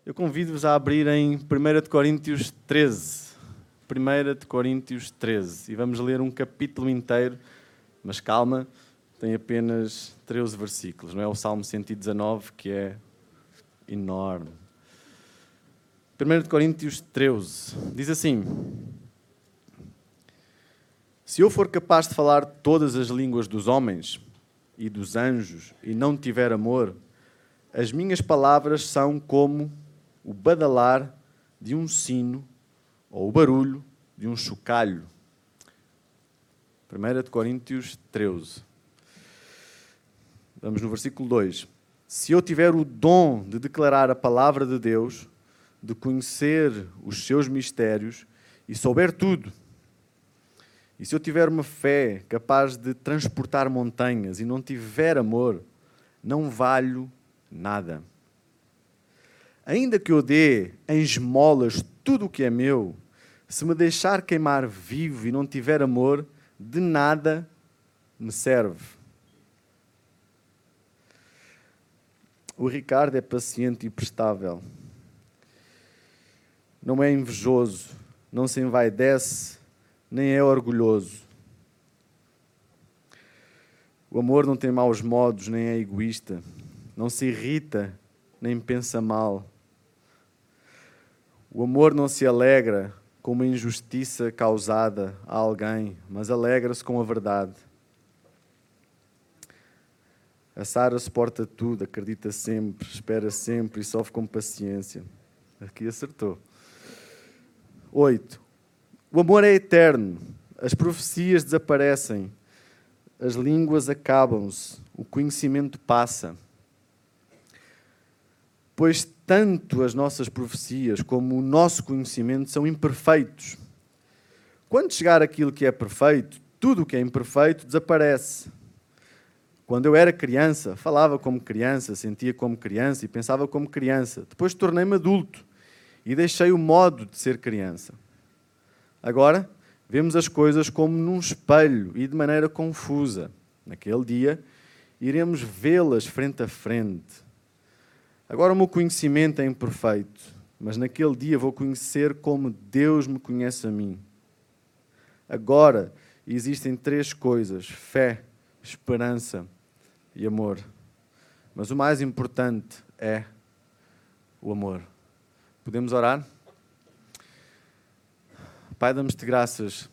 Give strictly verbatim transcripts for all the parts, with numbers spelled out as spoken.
Eu convido-vos a abrir em primeira de Coríntios treze. primeira de Coríntios treze. E vamos ler um capítulo inteiro, mas calma, tem apenas treze versículos. Não é o Salmo cento e dezanove, que é enorme. primeira de Coríntios treze. Diz assim: Se eu for capaz de falar todas as línguas dos homens e dos anjos e não tiver amor, as minhas palavras são como o badalar de um sino ou o barulho de um chocalho. primeira de Coríntios treze. Vamos no versículo dois. Se eu tiver o dom de declarar a palavra de Deus, de conhecer os seus mistérios e souber tudo, e se eu tiver uma fé capaz de transportar montanhas e não tiver amor, não valho nada. Ainda que eu dê em esmolas tudo o que é meu, se me deixar queimar vivo e não tiver amor, de nada me serve. O Ricardo é paciente e prestável. Não é invejoso, não se envaidece, nem é orgulhoso. O amor não tem maus modos, nem é egoísta. Não se irrita, nem pensa mal. O amor não se alegra com uma injustiça causada a alguém, mas alegra-se com a verdade. A Sara suporta tudo, acredita sempre, espera sempre e sofre com paciência. Aqui acertou. Oito. O amor é eterno. As profecias desaparecem. As línguas acabam-se. O conhecimento passa. Pois tanto as nossas profecias como o nosso conhecimento são imperfeitos. Quando chegar aquilo que é perfeito, tudo o que é imperfeito desaparece. Quando eu era criança, falava como criança, sentia como criança e pensava como criança. Depois tornei-me adulto e deixei o modo de ser criança. Agora, vemos as coisas como num espelho e de maneira confusa. Naquele dia, iremos vê-las frente a frente. Agora o meu conhecimento é imperfeito, mas naquele dia vou conhecer como Deus me conhece a mim. Agora existem três coisas: fé, esperança e amor. Mas o mais importante é o amor. Podemos orar? Pai, damos-te graças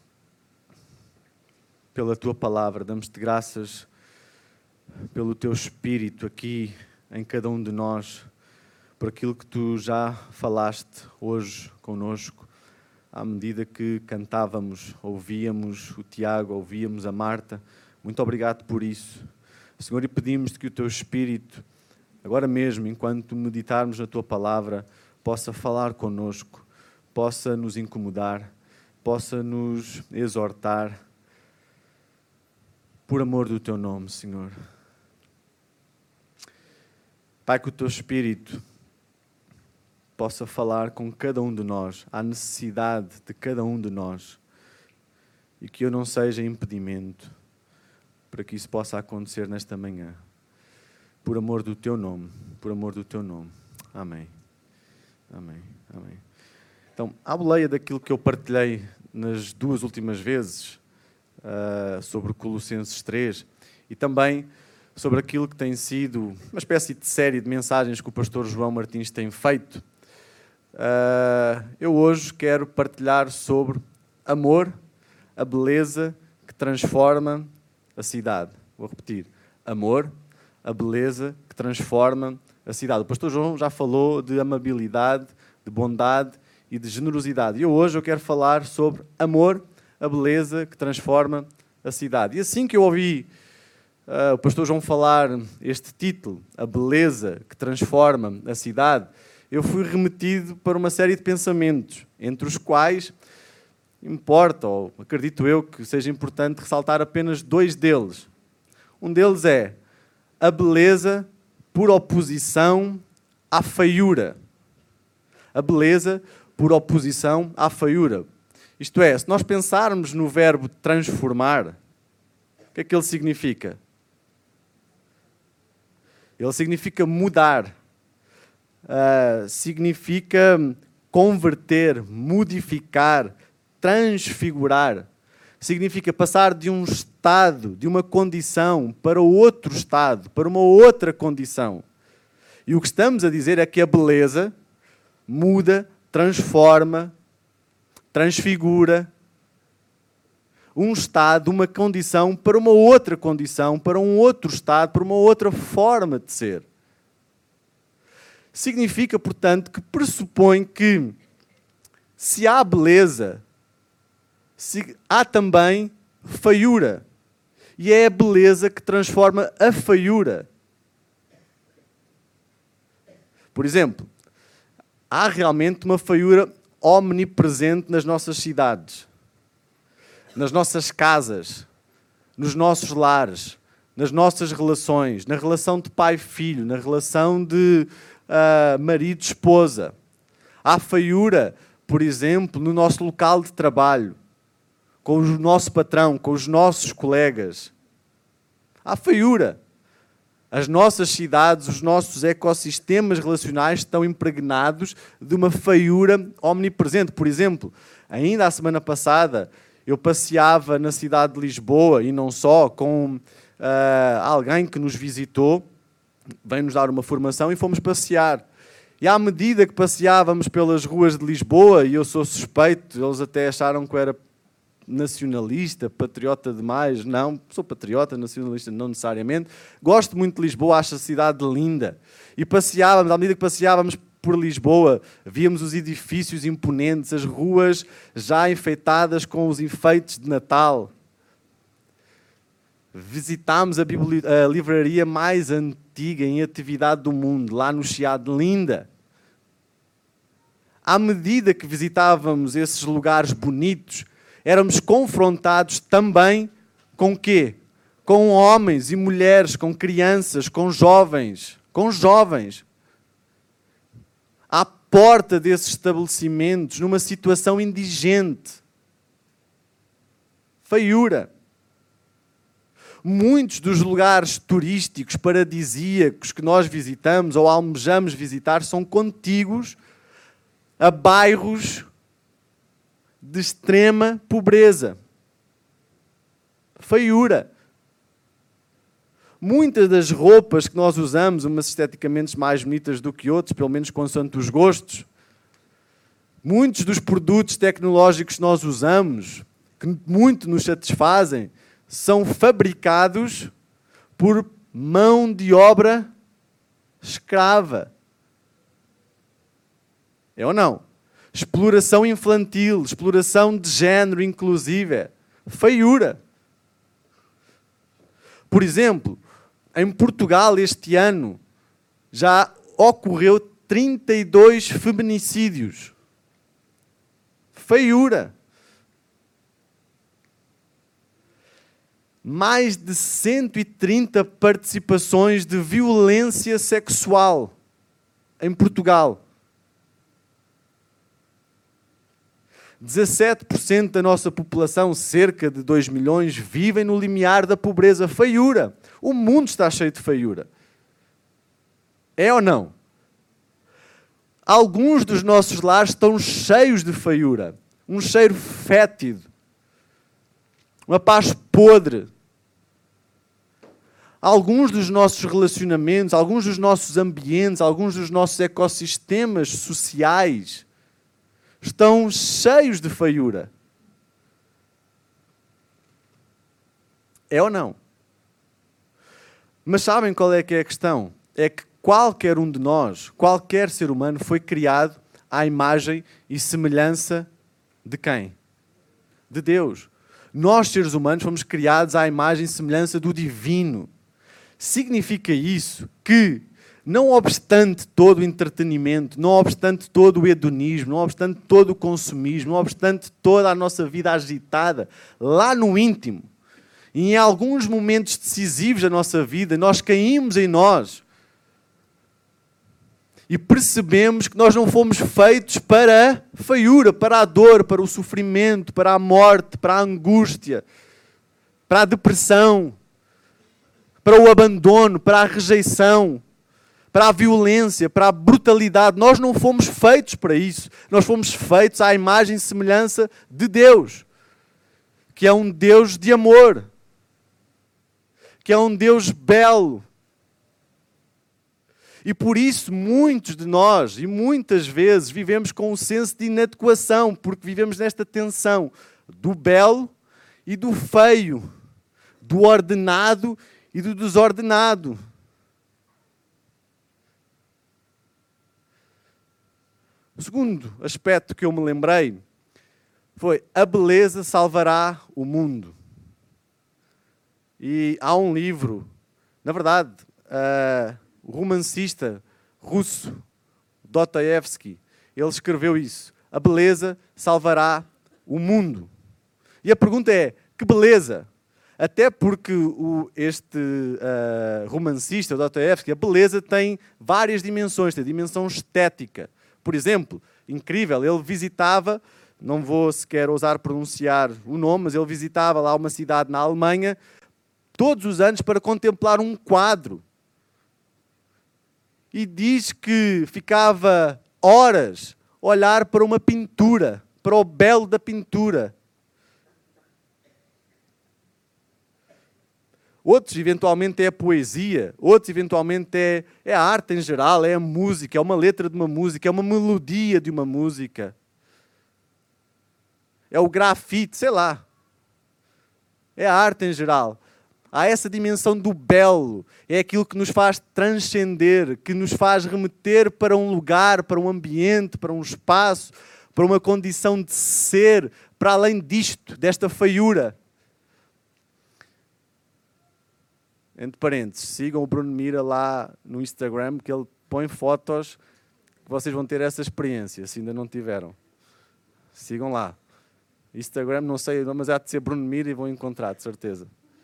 pela Tua palavra, damos-te graças pelo Teu Espírito aqui em cada um de nós, por aquilo que Tu já falaste hoje conosco, à medida que cantávamos, ouvíamos o Tiago, ouvíamos a Marta. Muito obrigado por isso. Senhor, e pedimos-te que o Teu Espírito, agora mesmo, enquanto meditarmos na Tua palavra, possa falar conosco, possa nos incomodar, possa nos exortar, por amor do Teu nome, Senhor. Pai, que o Teu Espírito possa falar com cada um de nós, à necessidade de cada um de nós, e que eu não seja impedimento para que isso possa acontecer nesta manhã. Por amor do Teu nome, por amor do Teu nome. Amém. Amém. Amém. Então, à boleia daquilo que eu partilhei nas duas últimas vezes, uh, sobre Colossenses três, e também sobre aquilo que tem sido uma espécie de série de mensagens que o pastor João Martins tem feito, uh, eu hoje quero partilhar sobre amor, a beleza que transforma a cidade. Vou repetir. Amor, a beleza que transforma a cidade. O pastor João já falou de amabilidade, de bondade e de generosidade. E eu hoje eu quero falar sobre amor, a beleza que transforma a cidade. E assim que eu ouvi Uh, o pastor João falar este título, a beleza que transforma a cidade, eu fui remetido para uma série de pensamentos, entre os quais importa, ou acredito eu, que seja importante ressaltar apenas dois deles. Um deles é a beleza por oposição à feiura. A beleza por oposição à feiura. Isto é, se nós pensarmos no verbo transformar, o que é que ele significa? Ele significa mudar. uh, significa converter, modificar, transfigurar. Significa passar de um estado, de uma condição, para outro estado, para uma outra condição. E o que estamos a dizer é que a beleza muda, transforma, transfigura um estado, uma condição, para uma outra condição, para um outro estado, para uma outra forma de ser. Significa, portanto, que pressupõe que se há beleza, se há também feiura. E é a beleza que transforma a feiura. Por exemplo, há realmente uma feiura omnipresente nas nossas cidades, nas nossas casas, nos nossos lares, nas nossas relações, na relação de pai-filho, na relação de uh, marido-esposa. Há feiura, por exemplo, no nosso local de trabalho, com o nosso patrão, com os nossos colegas. Há feiura. As nossas cidades, os nossos ecossistemas relacionais estão impregnados de uma feiura omnipresente. Por exemplo, ainda a semana passada, eu passeava na cidade de Lisboa, e não só, com uh, alguém que nos visitou, veio-nos dar uma formação e fomos passear. E à medida que passeávamos pelas ruas de Lisboa, e eu sou suspeito, eles até acharam que eu era nacionalista, patriota demais. Não, sou patriota, nacionalista não necessariamente. Gosto muito de Lisboa, acho a cidade linda. E passeávamos, à medida que passeávamos por Lisboa, víamos os edifícios imponentes, as ruas já enfeitadas com os enfeites de Natal. Visitámos a, bibli- a livraria mais antiga em atividade do mundo, lá no Chiado, linda. À medida que visitávamos esses lugares bonitos, éramos confrontados também com o quê? Com homens e mulheres, com crianças, com jovens, com jovens. À porta desses estabelecimentos, numa situação indigente. Feiura. Muitos dos lugares turísticos paradisíacos que nós visitamos ou almejamos visitar são contíguos a bairros de extrema pobreza. Feiura. Muitas das roupas que nós usamos, umas esteticamente mais bonitas do que outras, pelo menos consoante os gostos, muitos dos produtos tecnológicos que nós usamos, que muito nos satisfazem, são fabricados por mão de obra escrava. É ou não? Exploração infantil, exploração de género inclusive. Feiura. Por exemplo, em Portugal este ano já ocorreu trinta e dois feminicídios. Feiura. Mais de cento e trinta participações de violência sexual em Portugal. dezassete por cento da nossa população, cerca de dois milhões, vivem no limiar da pobreza. Feiura. O mundo está cheio de feiura. É ou não? Alguns dos nossos lares estão cheios de feiura. Um cheiro fétido. Uma paz podre. Alguns dos nossos relacionamentos, alguns dos nossos ambientes, alguns dos nossos ecossistemas sociais estão cheios de feiura. É ou não? Mas sabem qual é que é a questão? É que qualquer um de nós, qualquer ser humano, foi criado à imagem e semelhança de quem? De Deus. Nós, seres humanos, fomos criados à imagem e semelhança do divino. Significa isso que, não obstante todo o entretenimento, não obstante todo o hedonismo, não obstante todo o consumismo, não obstante toda a nossa vida agitada, lá no íntimo, e em alguns momentos decisivos da nossa vida, nós caímos em nós e percebemos que nós não fomos feitos para a feiura, para a dor, para o sofrimento, para a morte, para a angústia, para a depressão, para o abandono, para a rejeição, para a violência, para a brutalidade. Nós não fomos feitos para isso. Nós fomos feitos à imagem e semelhança de Deus, que é um Deus de amor, que é um Deus belo. E por isso muitos de nós, e muitas vezes, vivemos com um senso de inadequação, porque vivemos nesta tensão do belo e do feio, do ordenado e do desordenado. O segundo aspecto que eu me lembrei foi: a beleza salvará o mundo. E há um livro, na verdade, uh, o romancista russo Dostoiévski, ele escreveu isso: a beleza salvará o mundo. E a pergunta é: que beleza? Até porque o, este uh, romancista, Dostoiévski, a beleza tem várias dimensões. Tem a dimensão estética. Por exemplo, incrível, ele visitava, não vou sequer ousar pronunciar o nome, mas ele visitava lá uma cidade na Alemanha todos os anos para contemplar um quadro. E diz que ficava horas a olhar para uma pintura, para o belo da pintura. Outros, eventualmente, é a poesia. Outros, eventualmente, é, é a arte em geral, é a música, é uma letra de uma música, é uma melodia de uma música. É o grafite, sei lá. É a arte em geral. Há essa dimensão do belo. É aquilo que nos faz transcender, que nos faz remeter para um lugar, para um ambiente, para um espaço, para uma condição de ser, para além disto, desta feiura. Entre parênteses, sigam o Bruno Mira lá no Instagram, que ele põe fotos que vocês vão ter essa experiência, se ainda não tiveram. Sigam lá. Instagram, não sei, mas há de ser Bruno Mira e vão encontrar, de certeza.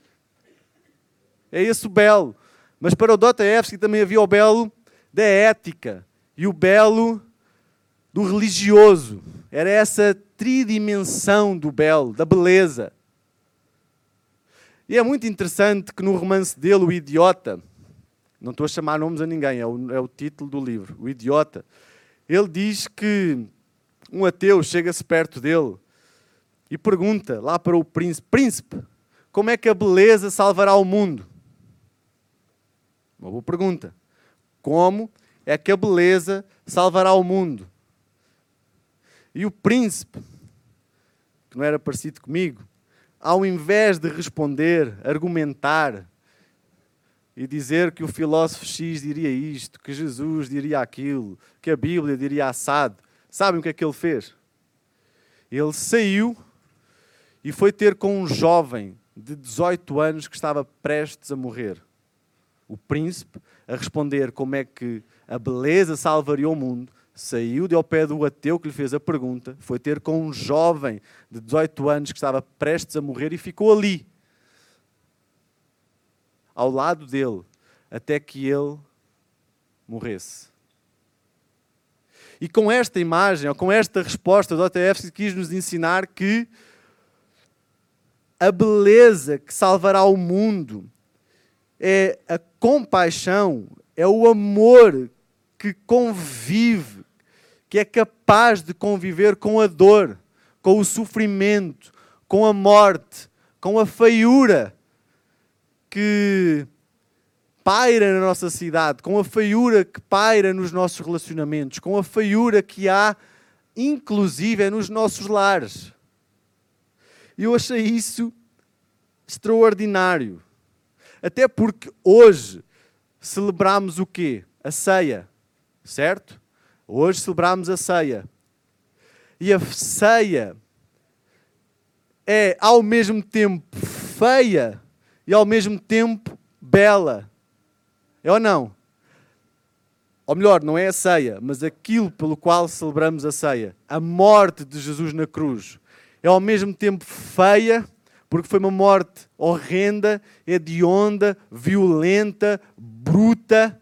É esse o belo. Mas para o Dostoiévski também havia o belo da ética e o belo do religioso. Era essa tridimensão do belo, da beleza. E é muito interessante que no romance dele, O Idiota, não estou a chamar nomes a ninguém, é o, é o título do livro, O Idiota, ele diz que um ateu chega-se perto dele e pergunta lá para o príncipe: príncipe, como é que a beleza salvará o mundo? Uma boa pergunta. Como é que a beleza salvará o mundo? E o príncipe, que não era parecido comigo, ao invés de responder, argumentar e dizer que o filósofo X diria isto, que Jesus diria aquilo, que a Bíblia diria assado, sabem o que é que ele fez? Ele saiu e foi ter com um jovem de dezoito anos que estava prestes a morrer. O príncipe, a responder como é que a beleza salvaria o mundo, saiu de ao pé do ateu que lhe fez a pergunta, foi ter com um jovem de dezoito anos que estava prestes a morrer e ficou ali, ao lado dele, até que ele morresse. E com esta imagem, ou com esta resposta, o Dostoiévski quis nos ensinar que a beleza que salvará o mundo é a compaixão, é o amor que convive, que é capaz de conviver com a dor, com o sofrimento, com a morte, com a feiura que paira na nossa cidade, com a feiura que paira nos nossos relacionamentos, com a feiura que há, inclusive, nos nossos lares. E eu achei isso extraordinário. Até porque hoje celebramos o quê? A ceia, certo? Hoje celebramos a ceia. E a ceia é ao mesmo tempo feia e ao mesmo tempo bela. É ou não? Ou melhor, não é a ceia, mas aquilo pelo qual celebramos a ceia. A morte de Jesus na cruz. É ao mesmo tempo feia, porque foi uma morte horrenda, hedionda, violenta, bruta.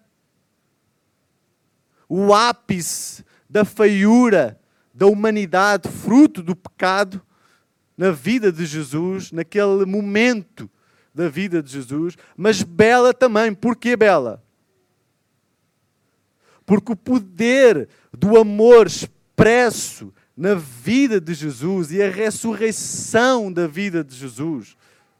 O ápice da feiura da humanidade, fruto do pecado, na vida de Jesus, naquele momento da vida de Jesus, mas bela também. Porquê bela? Porque o poder do amor expresso na vida de Jesus e a ressurreição da vida de Jesus,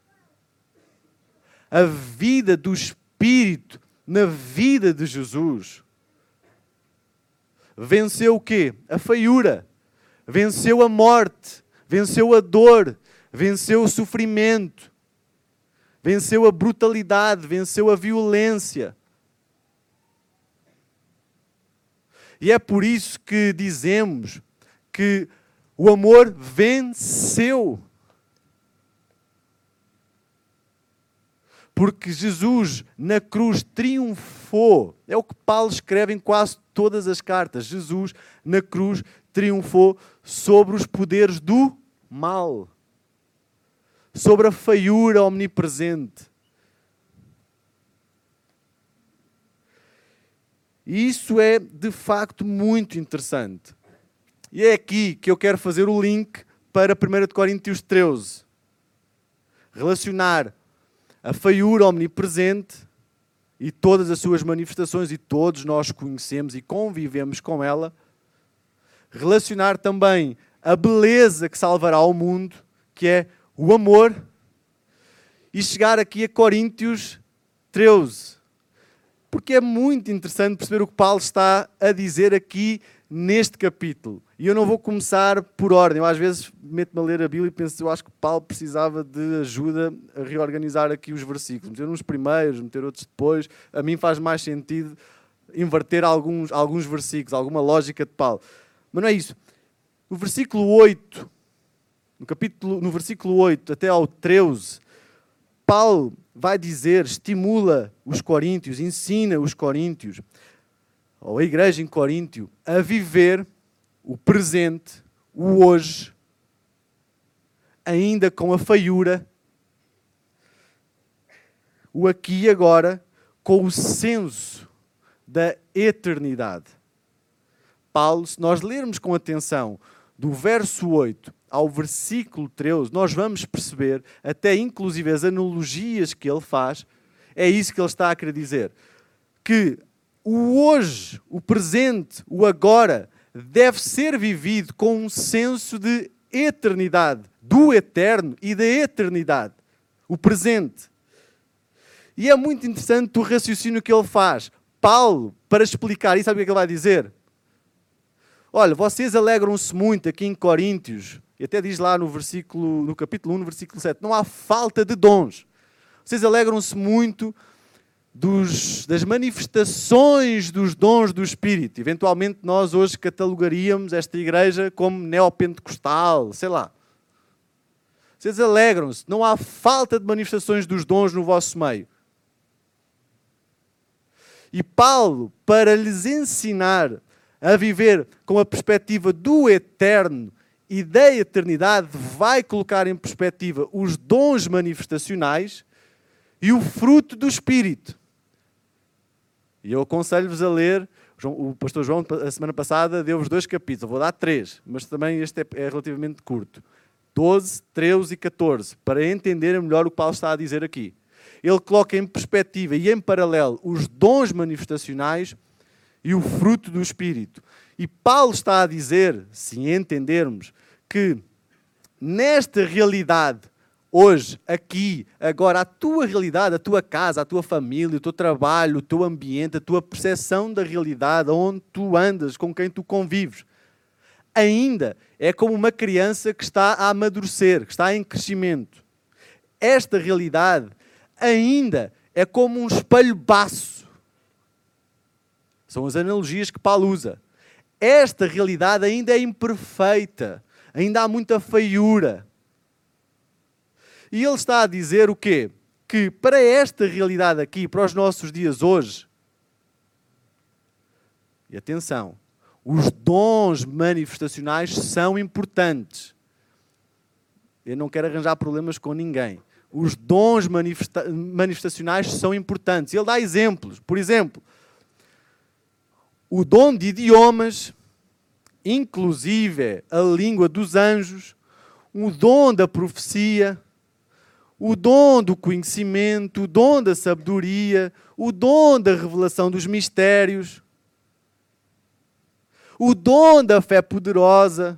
a vida do Espírito na vida de Jesus, venceu o quê? A feiura, venceu a morte, venceu a dor, venceu o sofrimento, venceu a brutalidade, venceu a violência. E é por isso que dizemos que o amor venceu. Porque Jesus na cruz triunfou. É o que Paulo escreve em quase todas as cartas. Jesus na cruz triunfou sobre os poderes do mal. Sobre a feiura omnipresente. E isso é de facto muito interessante. E é aqui que eu quero fazer o link para primeira Coríntios treze. Relacionar a feiura omnipresente e todas as suas manifestações, e todos nós conhecemos e convivemos com ela. Relacionar também a beleza que salvará o mundo, que é o amor. E chegar aqui a Coríntios treze. Porque é muito interessante perceber o que Paulo está a dizer aqui neste capítulo. E eu não vou começar por ordem. Eu às vezes meto-me a ler a Bíblia e penso, eu acho que Paulo precisava de ajuda a reorganizar aqui os versículos. Meter uns primeiros, meter outros depois. A mim faz mais sentido inverter alguns, alguns versículos, alguma lógica de Paulo. Mas não é isso. No versículo oito, no, capítulo, no versículo oito até ao treze, Paulo vai dizer, estimula os coríntios, ensina os coríntios, ou a igreja em Coríntio, a viver o presente, o hoje, ainda com a feiura, o aqui e agora, com o senso da eternidade. Paulo, se nós lermos com atenção do verso oito ao versículo treze, nós vamos perceber, até inclusive as analogias que ele faz, é isso que ele está a querer dizer. Que o hoje, o presente, o agora, deve ser vivido com um senso de eternidade, do eterno e da eternidade. O presente. E é muito interessante o raciocínio que ele faz. Paulo, para explicar isso, sabe o que é que ele vai dizer? Olha, vocês alegram-se muito aqui em Coríntios, e até diz lá no versículo, no capítulo um, no versículo sete, não há falta de dons. Vocês alegram-se muito Dos, das manifestações dos dons do Espírito. Eventualmente nós hoje catalogaríamos esta igreja como neopentecostal, sei lá. Vocês alegram-se, não há falta de manifestações dos dons no vosso meio. E Paulo, para lhes ensinar a viver com a perspectiva do eterno e da eternidade, vai colocar em perspectiva os dons manifestacionais e o fruto do Espírito. E eu aconselho-vos a ler, o pastor João, a semana passada, deu-vos dois capítulos, eu vou dar três, mas também este é, é relativamente curto. doze, treze e catorze, para entenderem melhor o que Paulo está a dizer aqui. Ele coloca em perspectiva e em paralelo os dons manifestacionais e o fruto do Espírito. E Paulo está a dizer, se entendermos, que nesta realidade, hoje, aqui, agora, a tua realidade, a tua casa, a tua família, o teu trabalho, o teu ambiente, a tua percepção da realidade, onde tu andas, com quem tu convives, ainda é como uma criança que está a amadurecer, que está em crescimento. Esta realidade ainda é como um espelho baço. São as analogias que Paulo usa. Esta realidade ainda é imperfeita, ainda há muita feiura. E ele está a dizer o quê? Que para esta realidade aqui, para os nossos dias hoje, e atenção, os dons manifestacionais são importantes. Eu não quero arranjar problemas com ninguém. Os dons manifesta- manifestacionais são importantes. Ele dá exemplos. Por exemplo, o dom de idiomas, inclusive a língua dos anjos, o dom da profecia, o dom do conhecimento, o dom da sabedoria, o dom da revelação dos mistérios. o dom da fé poderosa,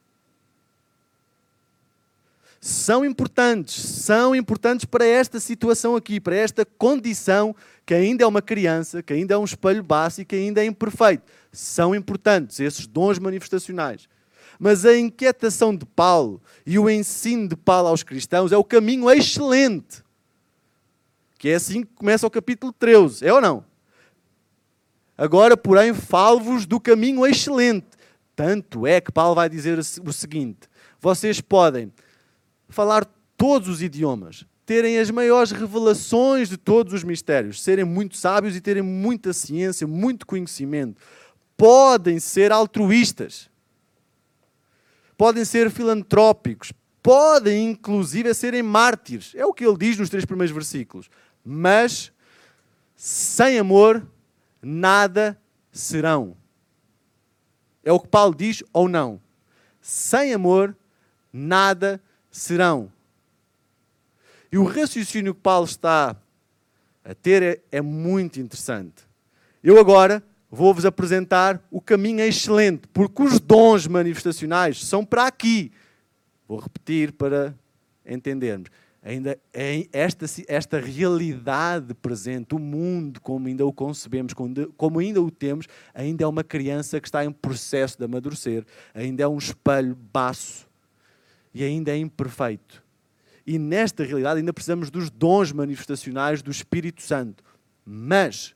são importantes, são importantes para esta situação aqui, para esta condição que ainda é uma criança, que ainda é um espelho básico, que ainda é imperfeito. São importantes esses dons manifestacionais. Mas a inquietação de Paulo e o ensino de Paulo aos cristãos é o caminho excelente. Que é assim que começa o capítulo treze, é ou não? Agora, porém, falo-vos do caminho excelente. Tanto é que Paulo vai dizer o seguinte: vocês podem falar todos os idiomas, terem as maiores revelações de todos os mistérios, serem muito sábios e terem muita ciência, muito conhecimento. Podem ser altruístas, podem ser filantrópicos, podem inclusive serem mártires. É o que ele diz nos três primeiros versículos. Mas sem amor nada serão. É o que Paulo diz ou não? Sem amor nada serão. E o raciocínio que Paulo está a ter é, é muito interessante. Eu agora vou-vos apresentar o caminho excelente, porque os dons manifestacionais são para aqui. Vou repetir para entendermos. Ainda é esta, esta realidade presente, o mundo como ainda o concebemos, como ainda o temos, ainda é uma criança que está em processo de amadurecer, ainda é um espelho baço e ainda é imperfeito. E nesta realidade ainda precisamos dos dons manifestacionais do Espírito Santo. Mas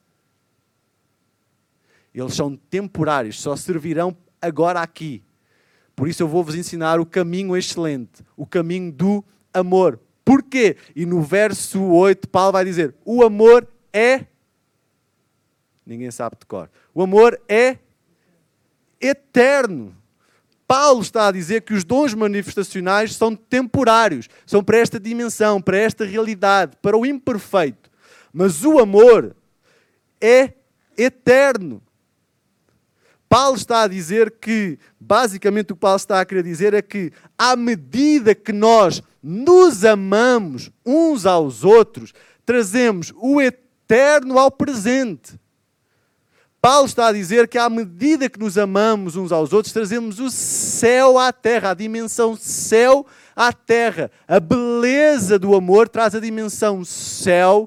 eles são temporários, só servirão agora aqui. Por isso eu vou-vos ensinar o caminho excelente, o caminho do amor. Porquê? E no verso oito, Paulo vai dizer, o amor é... Ninguém sabe de cor. O amor é eterno. Paulo está a dizer que os dons manifestacionais são temporários, são para esta dimensão, para esta realidade, para o imperfeito. Mas o amor é eterno. Paulo está a dizer que, basicamente o que Paulo está a querer dizer é que, à medida que nós nos amamos uns aos outros, trazemos o eterno ao presente. Paulo está a dizer que, à medida que nos amamos uns aos outros, trazemos o céu à terra, a dimensão céu à terra. A beleza do amor traz a dimensão céu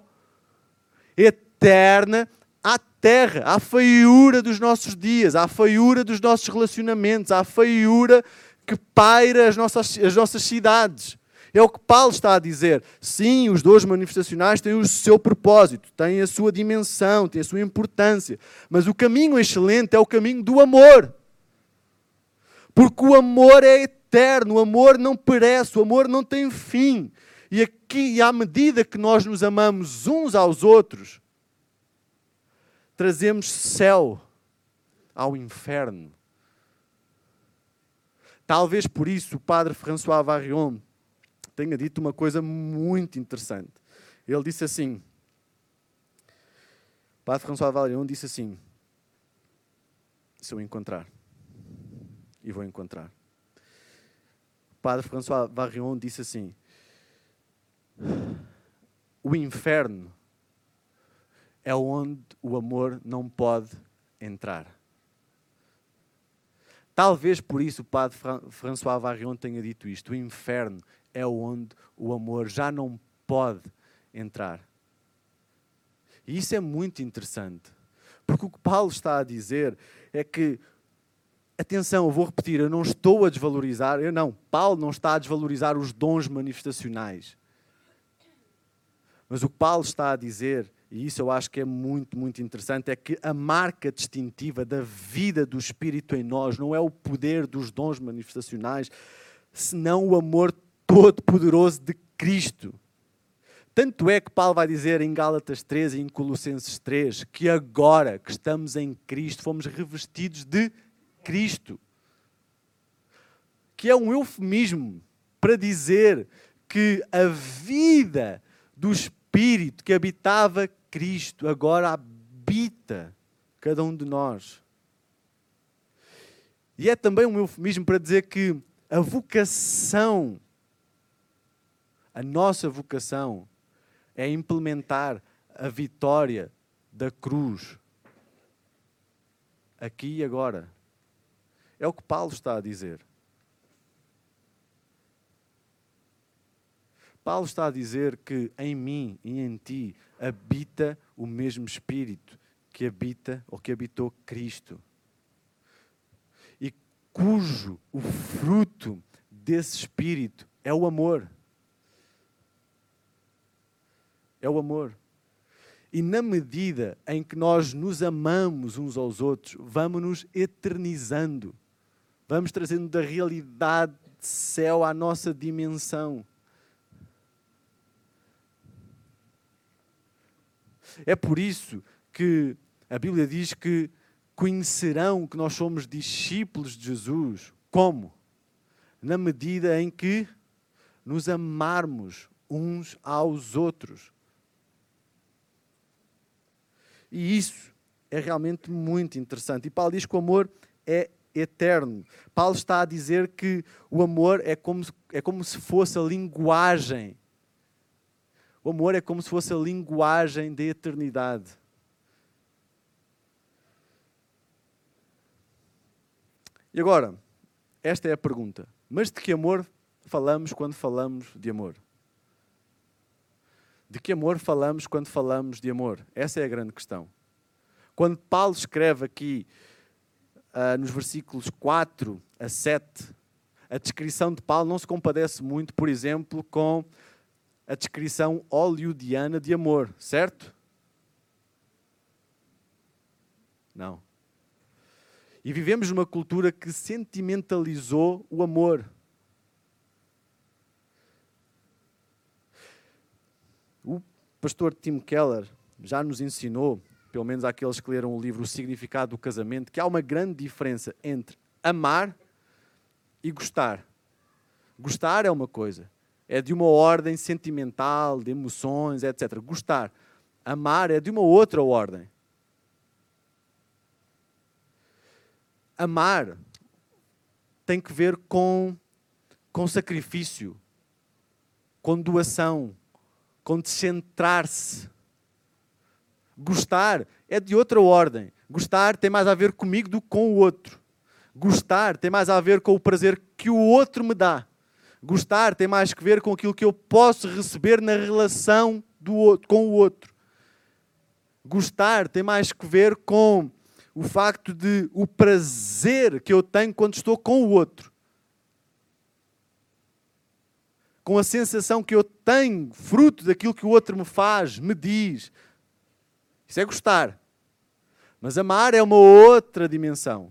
eterna à terra, à feiura dos nossos dias, à feiura dos nossos relacionamentos, à feiura que paira as nossas, as nossas cidades. É o que Paulo está a dizer. Sim, os dons manifestacionais têm o seu propósito, têm a sua dimensão, têm a sua importância. Mas o caminho excelente é o caminho do amor. Porque o amor é eterno, o amor não perece, o amor não tem fim. E aqui, à medida que nós nos amamos uns aos outros, trazemos céu ao inferno. Talvez por isso o padre François Varrion tenha dito uma coisa muito interessante. Ele disse assim, o padre François Varrion disse assim, se eu encontrar, e vou encontrar. O padre François Varrion disse assim, o inferno é onde o amor não pode entrar. Talvez por isso o padre François Varrion tenha dito isto. O inferno é onde o amor já não pode entrar. E isso é muito interessante. Porque o que Paulo está a dizer é que, atenção, eu vou repetir, eu não estou a desvalorizar, eu não, Paulo não está a desvalorizar os dons manifestacionais. Mas o que Paulo está a dizer, e isso eu acho que é muito, muito interessante, é que a marca distintiva da vida do Espírito em nós não é o poder dos dons manifestacionais, senão o amor todo-poderoso de Cristo. Tanto é que Paulo vai dizer em Gálatas três e em Colossenses três que agora que estamos em Cristo, fomos revestidos de Cristo. Que é um eufemismo para dizer que a vida do Espírito que habitava Cristo agora habita cada um de nós. E é também um eufemismo para dizer que a vocação, a nossa vocação, é implementar a vitória da cruz aqui e agora. É o que Paulo está a dizer. Paulo está a dizer que em mim e em ti habita o mesmo Espírito que habita ou que habitou Cristo. E cujo o fruto desse Espírito é o amor. É o amor. E na medida em que nós nos amamos uns aos outros, vamos nos eternizando. Vamos trazendo da realidade de céu à nossa dimensão. É por isso que a Bíblia diz que conhecerão que nós somos discípulos de Jesus. Como? Na medida em que nos amarmos uns aos outros. E isso é realmente muito interessante. E Paulo diz que o amor é eterno. Paulo está a dizer que o amor é como, é como se fosse a linguagem. O amor é como se fosse a linguagem da eternidade. E agora, esta é a pergunta. Mas de que amor falamos quando falamos de amor? De que amor falamos quando falamos de amor? Essa é a grande questão. Quando Paulo escreve aqui, uh, nos versículos quatro a sete, a descrição de Paulo não se compadece muito, por exemplo, com a descrição hollywoodiana de amor, certo? Não. E vivemos numa cultura que sentimentalizou o amor. O pastor Tim Keller já nos ensinou, pelo menos àqueles que leram o livro O Significado do Casamento, que há uma grande diferença entre amar e gostar. Gostar é uma coisa. É de uma ordem sentimental, de emoções, etcétera. Gostar. Amar é de uma outra ordem. Amar tem que ver com, com sacrifício, com doação, com descentrar-se. Gostar é de outra ordem. Gostar tem mais a ver comigo do que com o outro. Gostar tem mais a ver com o prazer que o outro me dá. Gostar tem mais a ver com aquilo que eu posso receber na relação do outro, com o outro. Gostar tem mais a ver com o facto de o prazer que eu tenho quando estou com o outro. Com a sensação que eu tenho, fruto daquilo que o outro me faz, me diz. Isso é gostar. Mas amar é uma outra dimensão.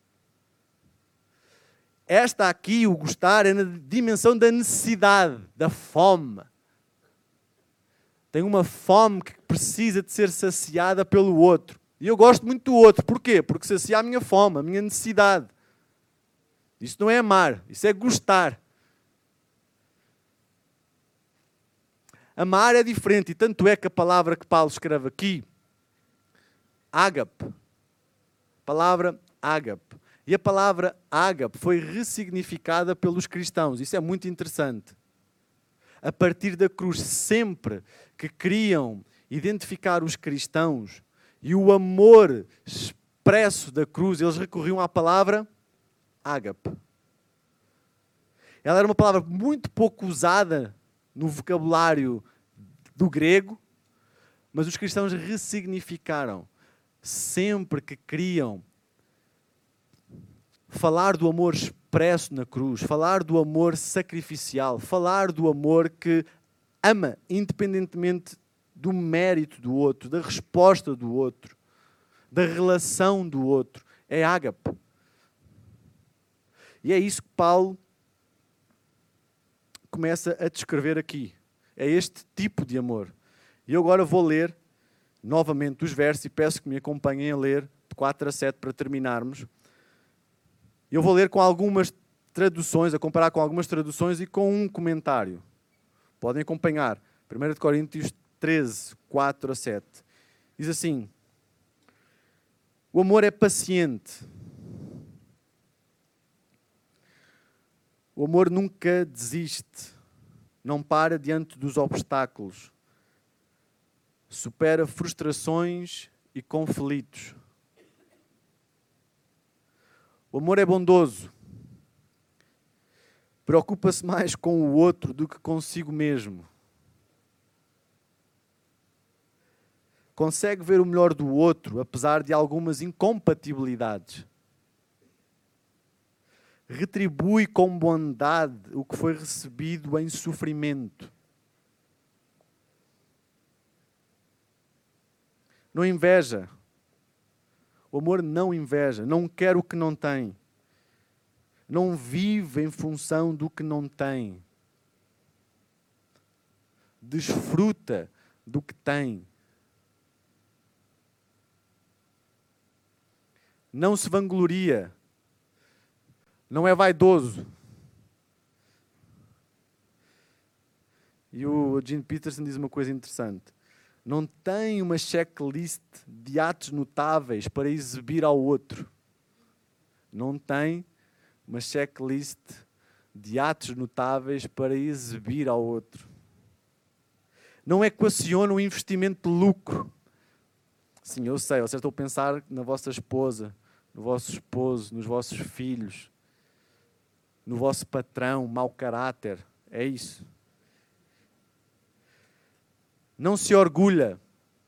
Esta aqui, o gostar, é na dimensão da necessidade, da fome. Tem uma fome que precisa de ser saciada pelo outro. E eu gosto muito do outro. Porquê? Porque sacia a minha fome, a minha necessidade. Isso não é amar, isso é gostar. Amar é diferente, e tanto é que a palavra que Paulo escreve aqui, ágape, palavra ágape. E a palavra ágape foi ressignificada pelos cristãos. Isso é muito interessante. A partir da cruz, sempre que queriam identificar os cristãos e o amor expresso da cruz, eles recorriam à palavra ágape. Ela era uma palavra muito pouco usada no vocabulário do grego, mas os cristãos ressignificaram. Sempre que queriam falar do amor expresso na cruz, falar do amor sacrificial, falar do amor que ama independentemente do mérito do outro, da resposta do outro, da relação do outro. É ágape. E é isso que Paulo começa a descrever aqui. É este tipo de amor. E eu agora vou ler novamente os versos e peço que me acompanhem a ler de quatro a sete para terminarmos. Eu vou ler com algumas traduções, a comparar com algumas traduções e com um comentário. Podem acompanhar. primeira de Coríntios treze, quatro a sete. Diz assim: o amor é paciente. O amor nunca desiste. Não para diante dos obstáculos. Supera frustrações e conflitos. O amor é bondoso. Preocupa-se mais com o outro do que consigo mesmo. Consegue ver o melhor do outro, apesar de algumas incompatibilidades. Retribui com bondade o que foi recebido em sofrimento. Não inveja. O amor não inveja, não quer o que não tem. Não vive em função do que não tem. Desfruta do que tem. Não se vangloria. Não é vaidoso. E o Gene Peterson diz uma coisa interessante. Não tem uma checklist de atos notáveis para exibir ao outro. Não tem uma checklist de atos notáveis para exibir ao outro. Não equaciona o investimento de lucro. Sim, eu sei, vocês estão a pensar na vossa esposa, no vosso esposo, nos vossos filhos, no vosso patrão, mau caráter. É isso. Não se orgulha.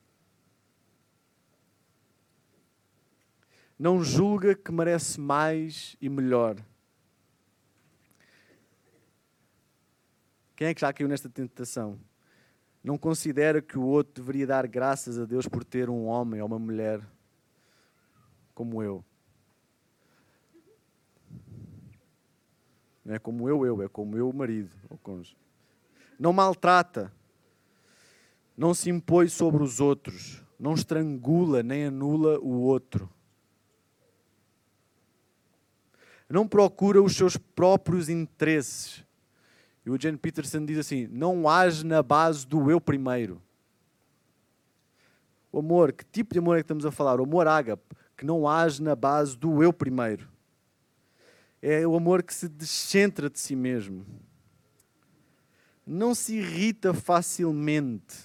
Não julga que merece mais e melhor. Quem é que já caiu nesta tentação? Não considera que o outro deveria dar graças a Deus por ter um homem ou uma mulher como eu. Não é como eu, eu, é como eu, o marido ou cônjuge. Não maltrata. Não se impõe sobre os outros. Não estrangula nem anula o outro. Não procura os seus próprios interesses. E o Gene Peterson diz assim, não age na base do eu primeiro. O amor, que tipo de amor é que estamos a falar? O amor ágape, que não age na base do eu primeiro. É o amor que se descentra de si mesmo. Não se irrita facilmente.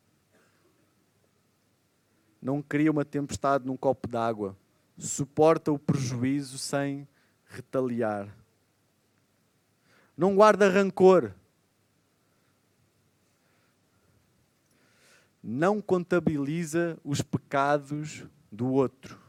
Não cria uma tempestade num copo d'água. Suporta o prejuízo sem retaliar. Não guarda rancor. Não contabiliza os pecados do outro.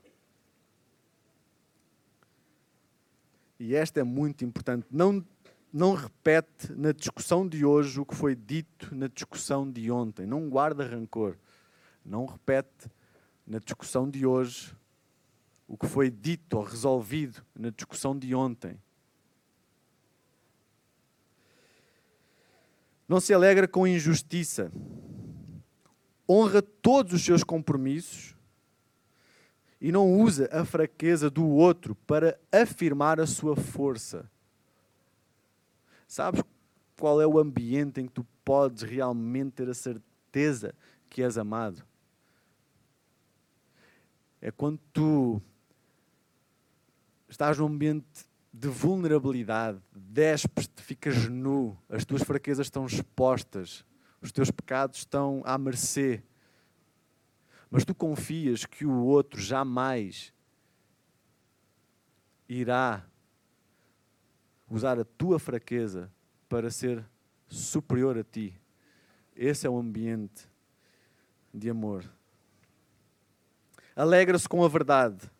E esta é muito importante. Não, não repete na discussão de hoje o que foi dito na discussão de ontem. Não guarda rancor. Não repete na discussão de hoje o que foi dito ou resolvido na discussão de ontem. Não se alegra com injustiça. Honra todos os seus compromissos e não usa a fraqueza do outro para afirmar a sua força. Sabes qual é o ambiente em que tu podes realmente ter a certeza que és amado? É quando tu estás num ambiente de vulnerabilidade, despes-te, ficas nu, as tuas fraquezas estão expostas, os teus pecados estão à mercê. Mas tu confias que o outro jamais irá usar a tua fraqueza para ser superior a ti. Esse é o ambiente de amor. Alegra-se com a verdade.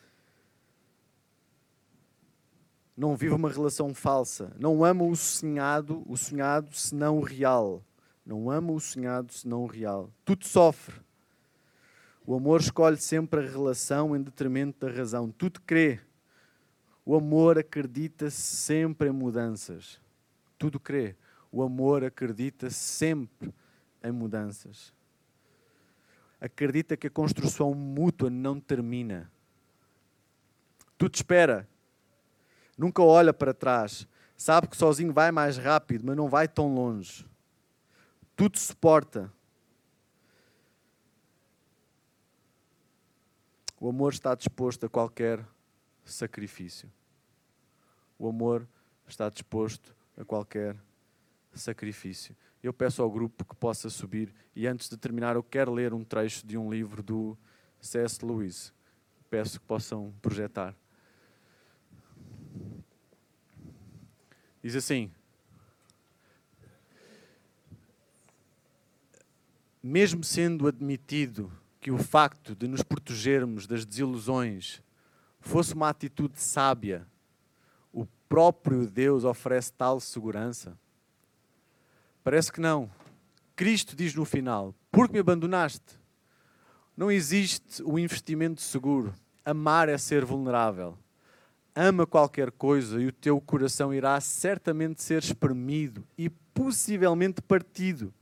Não vive uma relação falsa. Não ama o sonhado, o sonhado senão o real. Não ama o sonhado senão o real. Tudo sofre. O amor escolhe sempre a relação em detrimento da razão. Tudo crê. O amor acredita sempre em mudanças. Tudo crê. O amor acredita sempre em mudanças. Acredita que a construção mútua não termina. Tudo espera. Nunca olha para trás. Sabe que sozinho vai mais rápido, mas não vai tão longe. Tudo suporta. O amor está disposto a qualquer sacrifício. O amor está disposto a qualquer sacrifício. Eu peço ao grupo que possa subir e antes de terminar eu quero ler um trecho de um livro do C S Lewis. Peço que possam projetar. Diz assim: mesmo sendo admitido que o facto de nos protegermos das desilusões fosse uma atitude sábia, o próprio Deus oferece tal segurança? Parece que não. Cristo diz no final: porque me abandonaste? Não existe o investimento seguro. Amar é ser vulnerável. Ama qualquer coisa e o teu coração irá certamente ser espremido e possivelmente partido.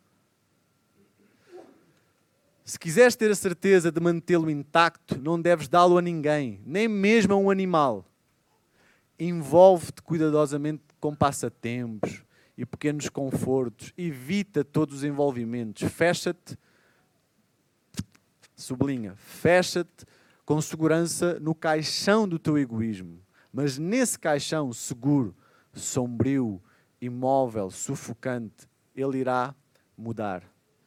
Se quiseres ter a certeza de mantê-lo intacto, não deves dá-lo a ninguém, nem mesmo a um animal. Envolve-te cuidadosamente com passatempos e pequenos confortos. Evita todos os envolvimentos. Fecha-te, sublinha, fecha-te com segurança no caixão do teu egoísmo. Mas nesse caixão seguro, sombrio, imóvel, sufocante, ele irá mudar.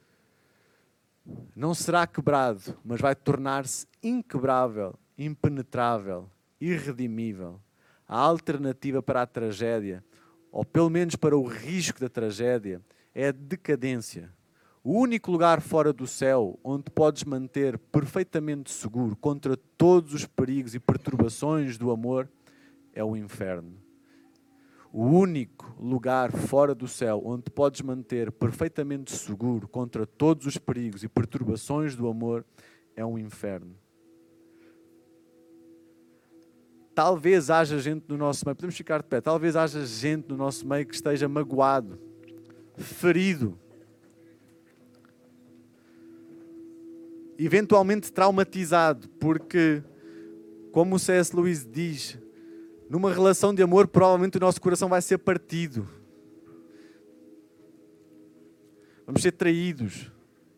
Não será quebrado, mas vai tornar-se inquebrável, impenetrável, irredimível. A alternativa para a tragédia, ou pelo menos para o risco da tragédia, é a decadência. O único lugar fora do céu onde podes manter perfeitamente seguro contra todos os perigos e perturbações do amor é o inferno. O único lugar fora do céu onde podes manter perfeitamente seguro contra todos os perigos e perturbações do amor é um inferno. Talvez haja gente no nosso meio, podemos ficar de pé, talvez haja gente no nosso meio que esteja magoado, ferido, eventualmente traumatizado, porque, como o C S Lewis diz, numa relação de amor, provavelmente o nosso coração vai ser partido. Vamos ser traídos.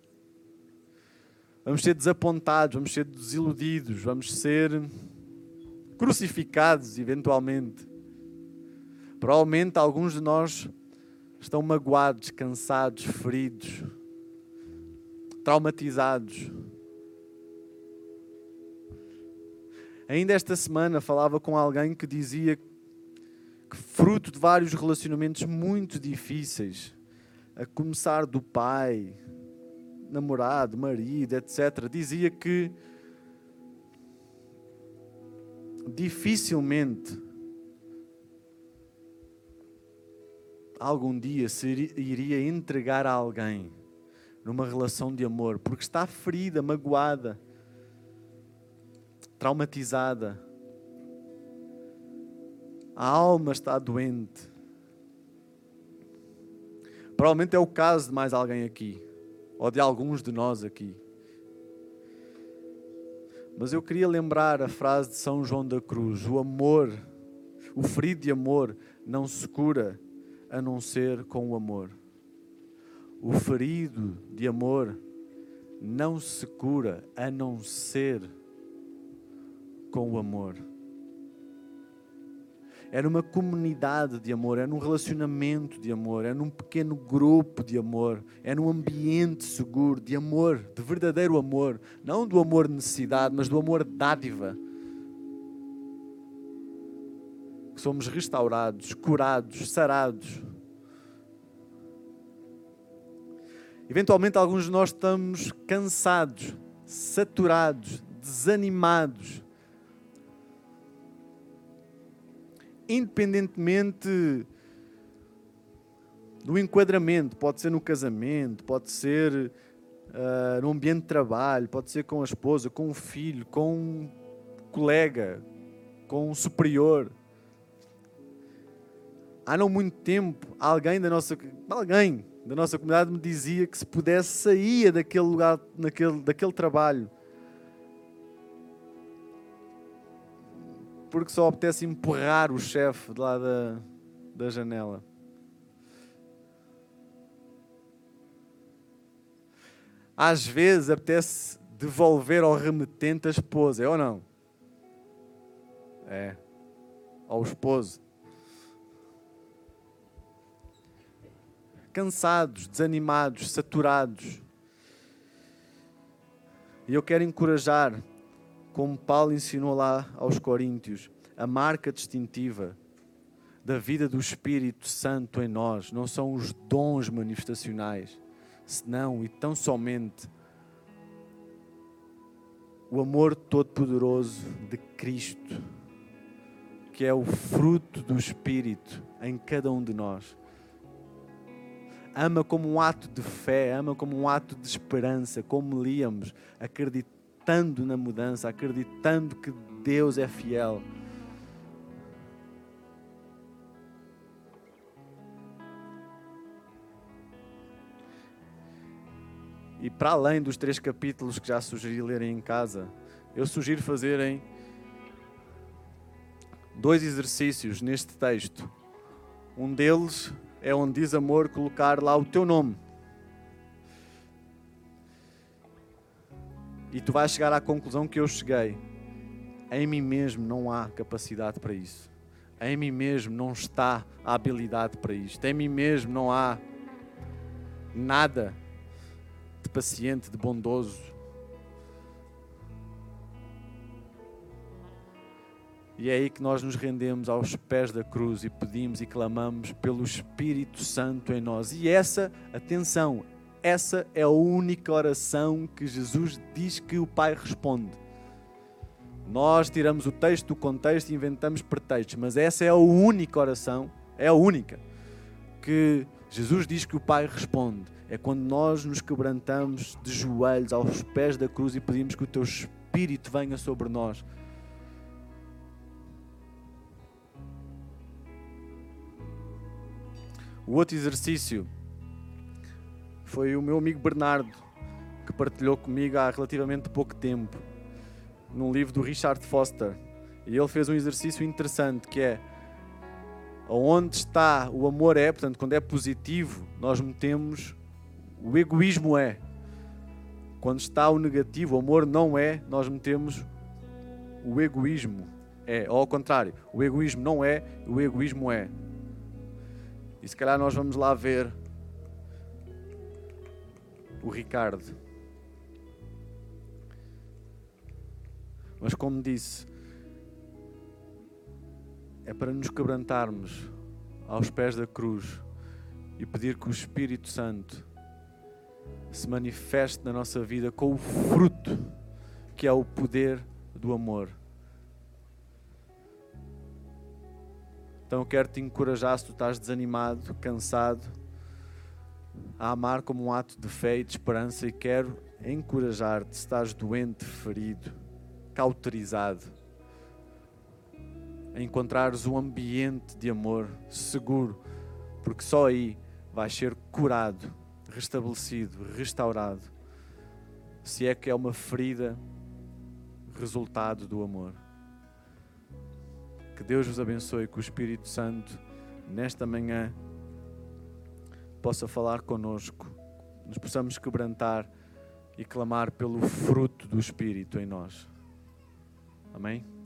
Vamos ser desapontados, vamos ser desiludidos, vamos ser crucificados, eventualmente. Provavelmente alguns de nós estão magoados, cansados, feridos, traumatizados. Ainda esta semana falava com alguém que dizia que, fruto de vários relacionamentos muito difíceis, a começar do pai, namorado, marido, etcétera, dizia que dificilmente algum dia se iria entregar a alguém numa relação de amor, porque está ferida, magoada, traumatizada. A alma está doente. Provavelmente é o caso de mais alguém aqui, ou de alguns de nós aqui. Mas eu queria lembrar a frase de São João da Cruz: o amor, o ferido de amor, não se cura a não ser com o amor. O ferido de amor não se cura a não ser com o amor. É numa comunidade de amor, é num relacionamento de amor, é num pequeno grupo de amor, é num ambiente seguro de amor, de verdadeiro amor, não do amor de necessidade, mas do amor de dádiva. Que somos restaurados, curados, sarados. Eventualmente alguns de nós estamos cansados, saturados, desanimados. Independentemente do enquadramento, pode ser no casamento, pode ser uh, no ambiente de trabalho, pode ser com a esposa, com o filho, com um colega, com um superior. Há não muito tempo, alguém da nossa, alguém da nossa comunidade me dizia que se pudesse sair daquele lugar, daquele, daquele trabalho, porque só apetece empurrar o chefe de lá da, da janela. Às vezes apetece devolver ao remetente a esposa, é ou não? É. Ao esposo. Cansados, desanimados, saturados. E eu quero encorajar, como Paulo ensinou lá aos Coríntios, a marca distintiva da vida do Espírito Santo em nós não são os dons manifestacionais, senão e tão somente o amor todo-poderoso de Cristo, que é o fruto do Espírito em cada um de nós. Ama como um ato de fé, ama como um ato de esperança, como líamos, acreditando na mudança, acreditando que Deus é fiel. E para além dos três capítulos que já sugeri lerem em casa, eu sugiro fazerem dois exercícios neste texto. Um deles é onde diz amor, colocar lá o teu nome. E tu vais chegar à conclusão que eu cheguei. Em mim mesmo não há capacidade para isso. Em mim mesmo não está a habilidade para isto. Em mim mesmo não há nada de paciente, de bondoso. E é aí que nós nos rendemos aos pés da cruz e pedimos e clamamos pelo Espírito Santo em nós. E essa, atenção, essa é a única oração que Jesus diz que o Pai responde. Nós tiramos o texto do contexto e inventamos pretextos, mas essa é a única oração, é a única, que Jesus diz que o Pai responde. É quando nós nos quebrantamos de joelhos aos pés da cruz e pedimos que o Teu Espírito venha sobre nós. O outro exercício foi o meu amigo Bernardo, que partilhou comigo há relativamente pouco tempo, num livro do Richard Foster. E ele fez um exercício interessante, que é: onde está o amor é, portanto, quando é positivo, nós metemos o egoísmo é. Quando está o negativo, o amor não é, nós metemos o egoísmo é. Ou ao contrário, o egoísmo não é, o egoísmo é. E se calhar nós vamos lá ver o Ricardo. Mas como disse, é para nos quebrantarmos aos pés da cruz e pedir que o Espírito Santo se manifeste na nossa vida com o fruto que é o poder do amor. Então eu quero te encorajar, se tu estás desanimado, cansado, a amar como um ato de fé e de esperança, e quero encorajar-te, se estás doente, ferido, cauterizado, a encontrares um ambiente de amor seguro, porque só aí vais ser curado, restabelecido, restaurado, se é que é uma ferida resultado do amor. Que Deus vos abençoe, que o Espírito Santo nesta manhã possa falar connosco, nos possamos quebrantar e clamar pelo fruto do Espírito em nós. Amém?